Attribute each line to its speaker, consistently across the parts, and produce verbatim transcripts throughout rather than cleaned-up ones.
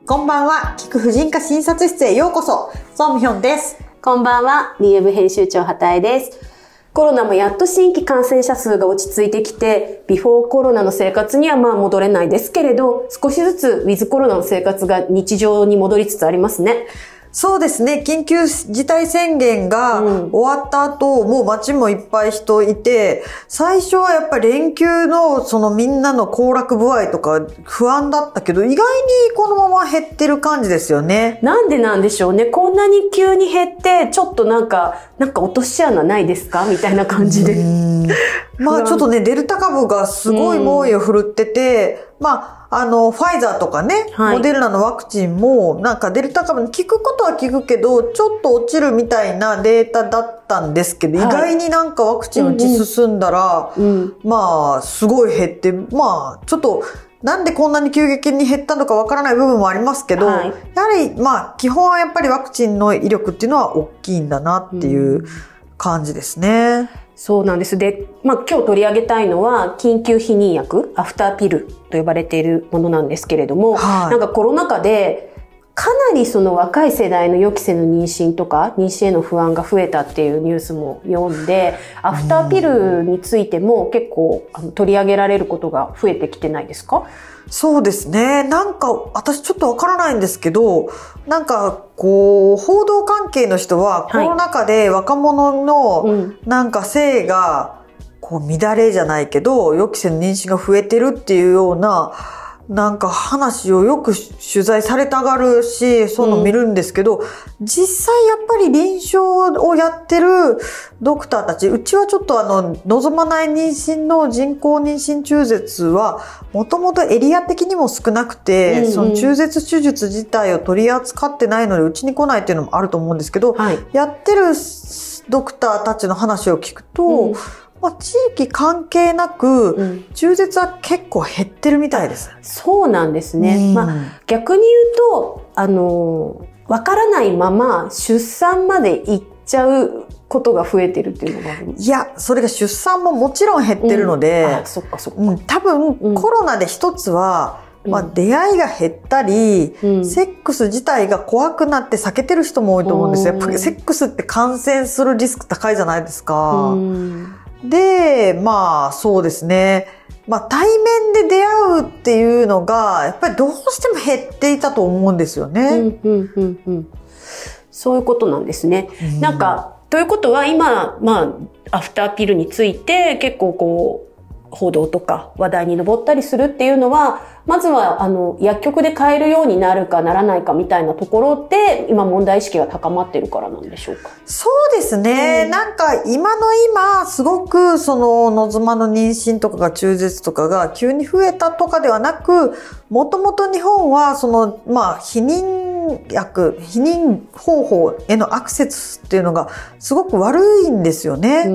Speaker 1: こんばんは、聞く婦人科診察室へようこそ、ソンミョンです。
Speaker 2: こんばんは、ディーエム 編集長畑江です。コロナもやっと新規感染者数が落ち着いてきて、ビフォーコロナの生活にはまあ戻れないですけれど、少しずつウィズコロナの生活が日常に戻りつつありますね。
Speaker 1: そうですね。緊急事態宣言が終わった後、うん、もう街もいっぱい人いて、最初はやっぱり連休のそのみんなの行楽具合とか不安だったけど、意外にこのまま減ってる感じですよね。
Speaker 2: なんでなんでしょうね。こんなに急に減って、ちょっとなんか、なんか落とし穴ないですかみたいな感じで。
Speaker 1: まあちょっとね、デルタ株がすごい猛威を振るってて、うん、まあ、あの、ファイザーとかね、はい、モデルナのワクチンも、なんかデルタ株に効くことは効くけど、ちょっと落ちるみたいなデータだったんですけど、はい、意外になんかワクチン打ち進んだら、うんうん、まあ、すごい減って、まあ、ちょっと、なんでこんなに急激に減ったのかわからない部分もありますけど、はい、やはり、まあ、基本はやっぱりワクチンの威力っていうのは大きいんだなっていう感じですね。うん
Speaker 2: そうなんです。で、まあ今日取り上げたいのは緊急避妊薬、アフターピルと呼ばれているものなんですけれども、はい、なんかコロナ禍でかなりその若い世代の予期せぬ妊娠とか妊娠への不安が増えたっていうニュースも読んで、アフターピルについても結構あの取り上げられることが増えてきてないですか？
Speaker 1: そうですね。なんか私ちょっとわからないんですけど、なんかこう報道関係の人はコロナ禍で若者のなんか性がこう乱れじゃないけど予期せぬ妊娠が増えてるっていうようななんか話をよく取材されたがるし、そういうの見るんですけど、うん、実際やっぱり臨床をやってるドクターたち、うちはちょっとあの、望まない妊娠の人工妊娠中絶は、もともとエリア的にも少なくて、うんうん、その中絶手術自体を取り扱ってないので、うちに来ないっていうのもあると思うんですけど、はい、やってるドクターたちの話を聞くと、うんまあ、地域関係なく、うん、中絶は結構減ってるみたいです。
Speaker 2: そうなんですね。うん、まあ、逆に言うと、あの、わからないまま出産まで行っちゃうことが増えてるっていうのがある。
Speaker 1: いや、それが出産ももちろん減ってるので、うん、
Speaker 2: あ、そっかそっか。
Speaker 1: うん、多分、コロナで一つは、まあ、出会いが減ったり、うん、セックス自体が怖くなって避けてる人も多いと思うんですよ。やっぱりセックスって感染するリスク高いじゃないですか。うんで、まあそうですね。まあ対面で出会うっていうのが、やっぱりどうしても減っていたと思うんですよね。うんうんうん
Speaker 2: うん、そういうことなんですね。うん、なんか、ということは今、まあ、アフターピルについて結構こう、報道とか話題に上ったりするっていうのは、まずはあの薬局で買えるようになるかならないかみたいなところで今問題意識が高まってるからなんでしょうか？
Speaker 1: そうですね。うん、なんか今の今すごくその望まぬ妊娠とかが中絶とかが急に増えたとかではなく、もともと日本はそのまあ避妊薬、避妊方法へのアクセスっていうのがすごく悪いんですよね。うん、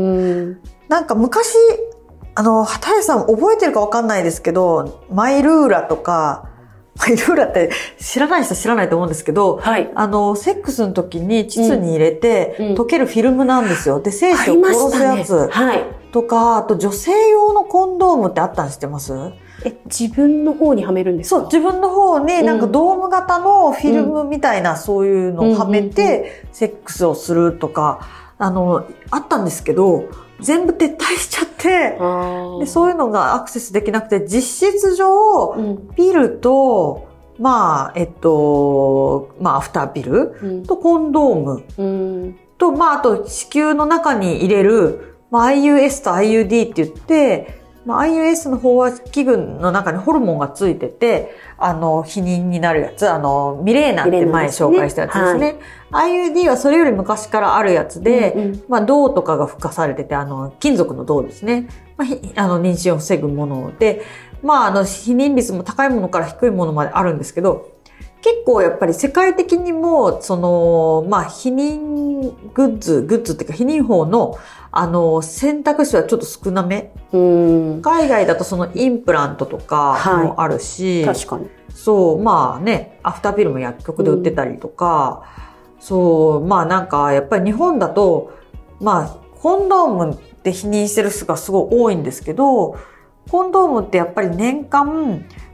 Speaker 1: なんか昔あの、畑谷さん覚えてるかわかんないですけど、マイルーラとか、マイルーラって知らない人知らないと思うんですけど、はい、あの、セックスの時に膣に入れて、うん、溶けるフィルムなんですよ。で、精子を殺すやつ、ねはい、とか、あと女性用のコンドームってあったん知ってます？
Speaker 2: え、自分の方にはめるんですか？
Speaker 1: そう、自分の方になんかドーム型のフィルムみたいな、うん、そういうのをはめて、セックスをするとか、あの、あったんですけど、全部撤退しちゃって、で、そういうのがアクセスできなくて、実質上、うん、ピルと、まあ、えっと、まあ、アフターピル、うん、とコンドーム、うん、と、まあ、あと、子宮の中に入れる、まあ、アイユーエス と アイユーディー って言って、まあ、アイユーエス の方は器具の中にホルモンがついてて、あの、避妊になるやつ、あの、ミレーナって前紹介したやつですね。アイユーディー はそれより昔からあるやつで、うんうん、まあ、銅とかが付加されてて、あの、金属の銅ですね。まあ、あの、妊娠を防ぐもので、まあ、あの、避妊率も高いものから低いものまであるんですけど、結構やっぱり世界的にも、その、まあ、避妊グッズ、グッズっていうか避妊法の、あの、選択肢はちょっと少なめ。うん海外だとそのインプラントとかもあるし、
Speaker 2: はい、確かに。
Speaker 1: そう、まあね、アフターピルも薬局で売ってたりとか、うん、そう、まあなんかやっぱり日本だと、まあ、コンドームで避妊してる人がすごい多いんですけど、コンドームってやっぱり年間、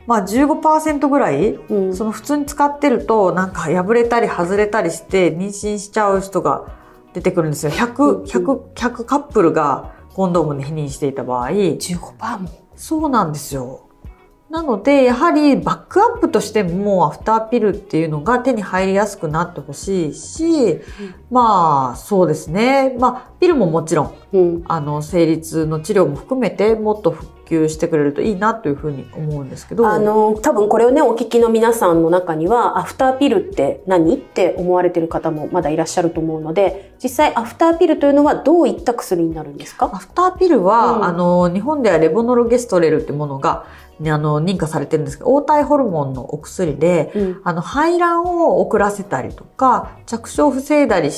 Speaker 1: まあ じゅうごパーセント ぐらい、
Speaker 2: うん、
Speaker 1: その普通に使ってるとなんか破れたり外れたりして妊娠しちゃう人が出てくるんですよ。ひゃく、ひゃく、ひゃくカップルがコンドームで避妊していた場合。
Speaker 2: じゅうごパーセント も。
Speaker 1: そうなんですよ。なので、やはりバックアップとしてもアフターピルっていうのが手に入りやすくなってほしいし、うん、まあ、そうですね。まあ、ピルももちろん、うん、あの、生理痛の治療も含めてもっと普及してくれるといいなというふうに思うんですけど。
Speaker 2: あの、多分これをね、お聞きの皆さんの中には、アフターピルって何って思われてる方もまだいらっしゃると思うので、実際アフターピルというのはどういった薬になるんですか？
Speaker 1: アフターピルは、うん、あの、日本ではレボノルゲストレルってものが、ね、あの、認可されてるんですけど、黄体ホルモンのお薬で、うん、あの、排卵を遅らせたりとか、着床を防いだりして、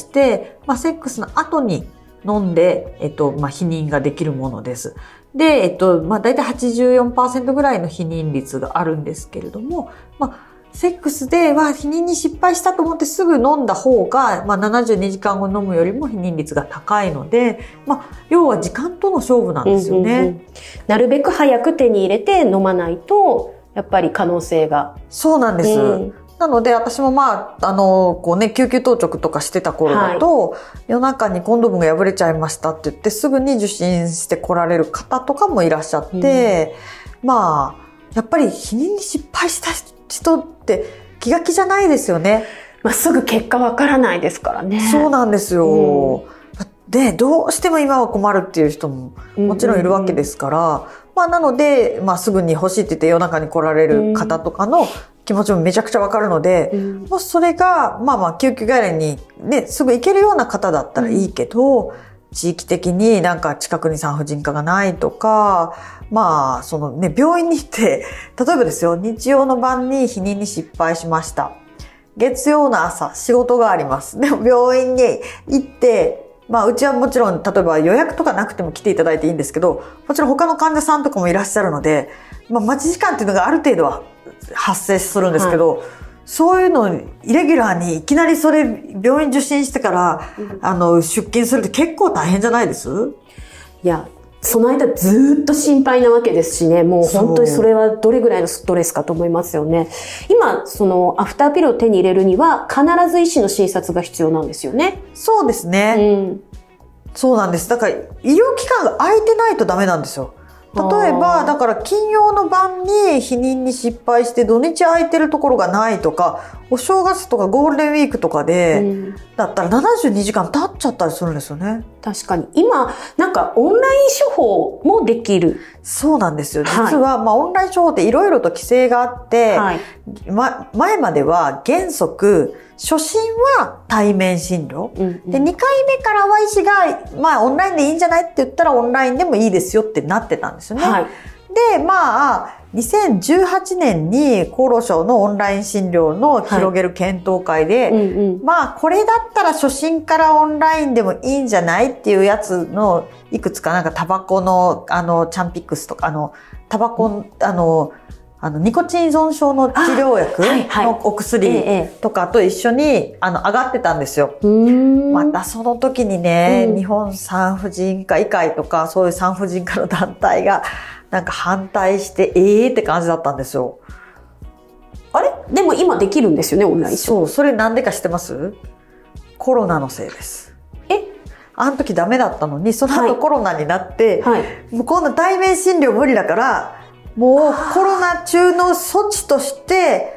Speaker 1: まあ、セックスの後に飲んで、えっと、まあ、避妊ができるものです。で、えっと、まあ、だいたい はちじゅうよんパーセント ぐらいの避妊率があるんですけれども、まあ、セックスでは避妊に失敗したと思ってすぐ飲んだ方が、まあ、ななじゅうにじかんご飲むよりも避妊率が高いので、まあ、要は時間との勝負なんですよね。うんうんうん、
Speaker 2: なるべく早く手に入れて飲まないと、やっぱり可能性が。
Speaker 1: そうなんです。うん、なので私もまあ、あの、こうね、救急当直とかしてた頃だと、はい、夜中にコンドームが破れちゃいましたって言ってすぐに受診して来られる方とかもいらっしゃって、うん、まあ、やっぱり避妊に失敗した人って気が気じゃないですよね。
Speaker 2: まあ、すぐ結果わからないですからね。
Speaker 1: そうなんですよ。うん、で、どうしても今は困るっていう人ももちろんいるわけですから、うんうんうん、まあなので、まあすぐに欲しいって言って夜中に来られる方とかの気持ちもめちゃくちゃわかるので、うん、もしそれが、まあまあ救急外来にね、すぐ行けるような方だったらいいけど、うん、地域的になんか近くに産婦人科がないとか、まあ、そのね、病院に行って、例えばですよ、日曜の晩に避妊に失敗しました。月曜の朝、仕事があります。でも病院に行って、まあ、うちはもちろん、例えば予約とかなくても来ていただいていいんですけど、もちろん他の患者さんとかもいらっしゃるので、まあ、待ち時間っていうのがある程度は発生するんですけど、はい、そういうのをイレギュラーにいきなりそれ病院受診してから、うん、あの、出勤するって結構大変じゃないです？
Speaker 2: いや、その間ずっと心配なわけですしね、もう本当にそれはどれぐらいのストレスかと思いますよね。今、そのアフターピルを手に入れるには必ず医師の診察が必要なんですよね。
Speaker 1: そうですね。うん、そうなんです。だから医療機関が空いてないとダメなんですよ。例えば、だから金曜の晩に避妊に失敗して土日空いてるところがないとか、お正月とかゴールデンウィークとかで、うん、だったらななじゅうにじかん経っちゃったりするんですよね。
Speaker 2: 確かに。今、なんかオンライン処方もできる。
Speaker 1: そうなんですよ。実は、はい、まあオンライン処方っていろいろと規制があって、はい、ま、前までは原則、初診は対面診療、うんうん、でにかいめからは医師がまあオンラインでいいんじゃないって言ったらオンラインでもいいですよってなってたんですよね。はい、でまあにせんじゅうはちねんに厚労省のオンライン診療の広げる検討会で、はいうんうん、まあこれだったら初診からオンラインでもいいんじゃないっていうやつのいくつかなんかタバコのあのチャンピックスとかあのタバコ、うん、あのあの、ニコチン依存症の治療薬のお薬とかと一緒に、あの、上がってたんですよ。またその時にね、うん、日本産婦人科医会とか、そういう産婦人科の団体が、なんか反対して、ええーって感じだったんですよ。
Speaker 2: あれ？でも今できるんですよね、オンライン。
Speaker 1: そう、それなんでか知ってます？コロナのせいです。
Speaker 2: え？
Speaker 1: あの時ダメだったのに、その後コロナになって、はいはい、もう今度対面診療無理だから、もうコロナ中の措置として、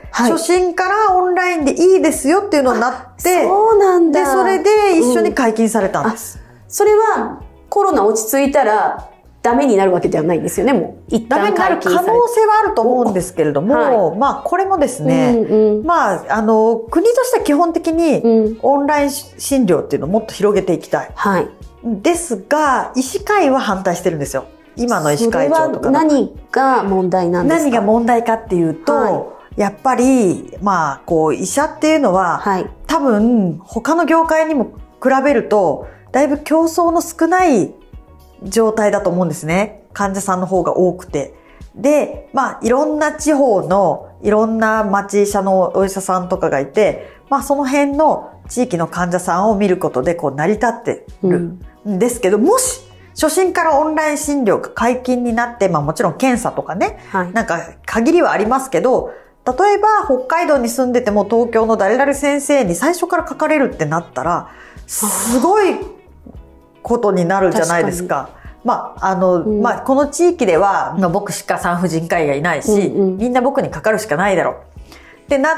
Speaker 1: 初診からオンラインでいいですよっていうのになって、
Speaker 2: そうなんだ。
Speaker 1: で、それで一緒に解禁されたんです。
Speaker 2: うん、それはコロナ落ち着いたらダメになるわけではないんですよね、もう。一旦解禁され
Speaker 1: ダメになる可能性はあると思うんですけれども、はい、まあこれもですね、うんうん、まああの、国としては基本的にオンライン診療っていうのをもっと広げていきたい。はい。ですが、医師会は反対してるんですよ。今の医師会長とか。
Speaker 2: それは何が問題なんですか？
Speaker 1: 何が問題かっていうと、はい、やっぱり、まあ、こう、医者っていうのは、はい、多分、他の業界にも比べると、だいぶ競争の少ない状態だと思うんですね。患者さんの方が多くて。で、まあ、いろんな地方の、いろんな町医者のお医者さんとかがいて、まあ、その辺の地域の患者さんを見ることで、こう、成り立ってるんですけど、うん、もし、 初診からオンライン診療が解禁になって、まあもちろん検査とかね、はい、なんか限りはありますけど、例えば北海道に住んでても東京の誰々先生に最初からかかれるってなったら、すごいことになるじゃないですか。まあ、あの、うん、まあ、この地域では、まあ、僕しか産婦人科医がいないし、うんうん、みんな僕にかかるしかないだろう。ってなった、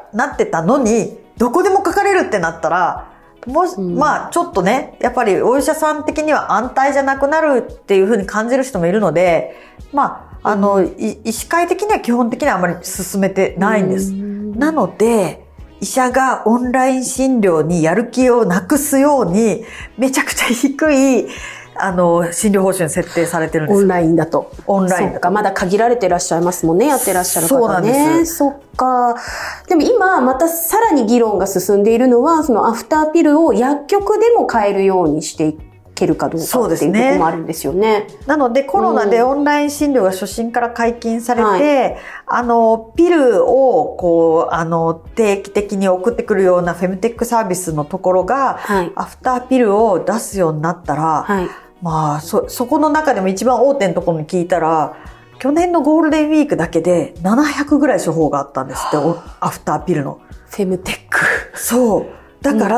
Speaker 1: なってたのに、どこでもかかれるってなったら、もし、うん、まあ、ちょっとね、やっぱりお医者さん的には安泰じゃなくなるっていうふうに感じる人もいるので、まあ、あの、うん、医師会的には基本的にはあまり進めてないんです。うん、なので、医者がオンライン診療にやる気をなくすように、めちゃくちゃ低い、あの、診療報酬に設定されてるんです。
Speaker 2: オンラインだと。
Speaker 1: オンラインだと。
Speaker 2: そっか、まだ限られてらっしゃいますもんね、やってらっしゃる方ね。
Speaker 1: そうなんです。
Speaker 2: そっか。でも今、またさらに議論が進んでいるのは、そのアフターピルを薬局でも買えるようにしていけるかどうかっていうところもあるんですよね。
Speaker 1: なので、コロナでオンライン診療が初診から解禁されて、うんはい、あの、ピルを、こう、あの、定期的に送ってくるようなフェムテックサービスのところが、はい、アフターピルを出すようになったら、はいまあ、そ、そこの中でも一番大手のところに聞いたら、去年のゴールデンウィークだけでななひゃくぐらい処方があったんですって、アフターピルの。
Speaker 2: フェムテック。
Speaker 1: そう。だから、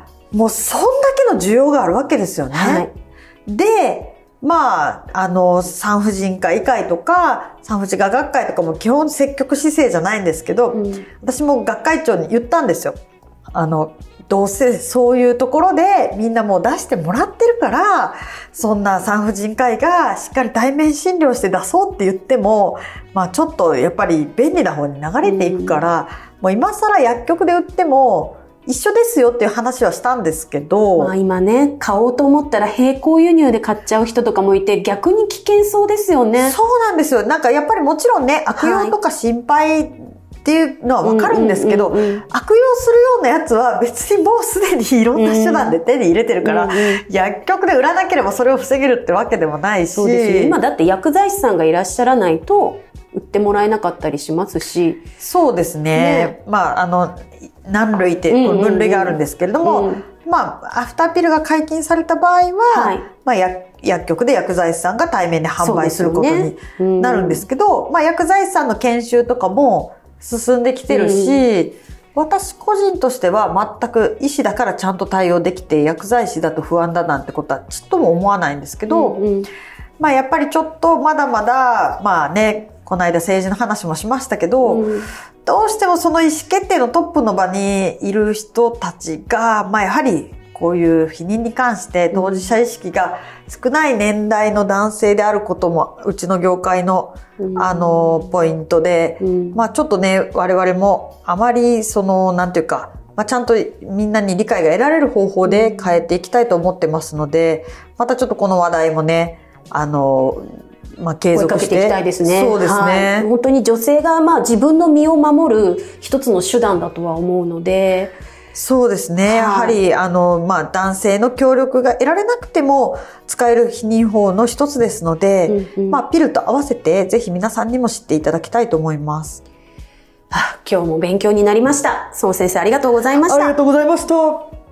Speaker 1: うん、もうそんだけの需要があるわけですよね。はい、で、まあ、あの、産婦人科医会とか、産婦人科学会とかも基本積極姿勢じゃないんですけど、うん、私も学会長に言ったんですよ。あの、どうせそういうところでみんなもう出してもらってるから、そんな産婦人科医がしっかり対面診療して出そうって言っても、まあちょっとやっぱり便利な方に流れていくから、うん、もう今更薬局で売っても一緒ですよっていう話はしたんですけど。
Speaker 2: まあ今ね、買おうと思ったら並行輸入で買っちゃう人とかもいて逆に危険そうですよね。
Speaker 1: そうなんですよ。なんかやっぱりもちろんね、悪用とか心配、はいっていうのはわかるんですけど、悪用するようなやつは別にもうすでにいろんな手段で手に入れてるから、うんうん、薬局で売らなければそれを防げるってわけでもないし。
Speaker 2: そうですね。今だって薬剤師さんがいらっしゃらないと売ってもらえなかったりしますし。
Speaker 1: そうですね。ねまあ、あの、何類って分類があるんですけれども、うんうんうん、まあ、アフターピルが解禁された場合は、はい、まあ薬、薬局で薬剤師さんが対面で販売することになるんですけど、ねうん、まあ薬剤師さんの研修とかも、進んできてるし、うん、私個人としては全く医師だからちゃんと対応できて薬剤師だと不安だなんてことはちっとも思わないんですけど、うんうん、まあやっぱりちょっとまだまだまあねこの間政治の話もしましたけど、うん、どうしてもその意思決定のトップの場にいる人たちがまあやはりこういう避妊に関して当事者意識が少ない年代の男性であることもうちの業界のあのポイントで、まあちょっとね我々もあまりそのなんていうか、まあちゃんとみんなに理解が得られる方法で変えていきたいと思ってますので、またちょっとこの話題もねあのまあ継続して
Speaker 2: 追いかけていきたいですね。
Speaker 1: そうですね。はい、
Speaker 2: 本当に女性がまあ自分の身を守る一つの手段だとは思うので。
Speaker 1: そうですね。はい、やはり、あの、まあ、男性の協力が得られなくても使える避妊法の一つですので、うんうん、まあ、ピルと合わせてぜひ皆さんにも知っていただきたいと思います。
Speaker 2: あ、今日も勉強になりました。孫先生ありがとうございました。
Speaker 1: ありがとうございました。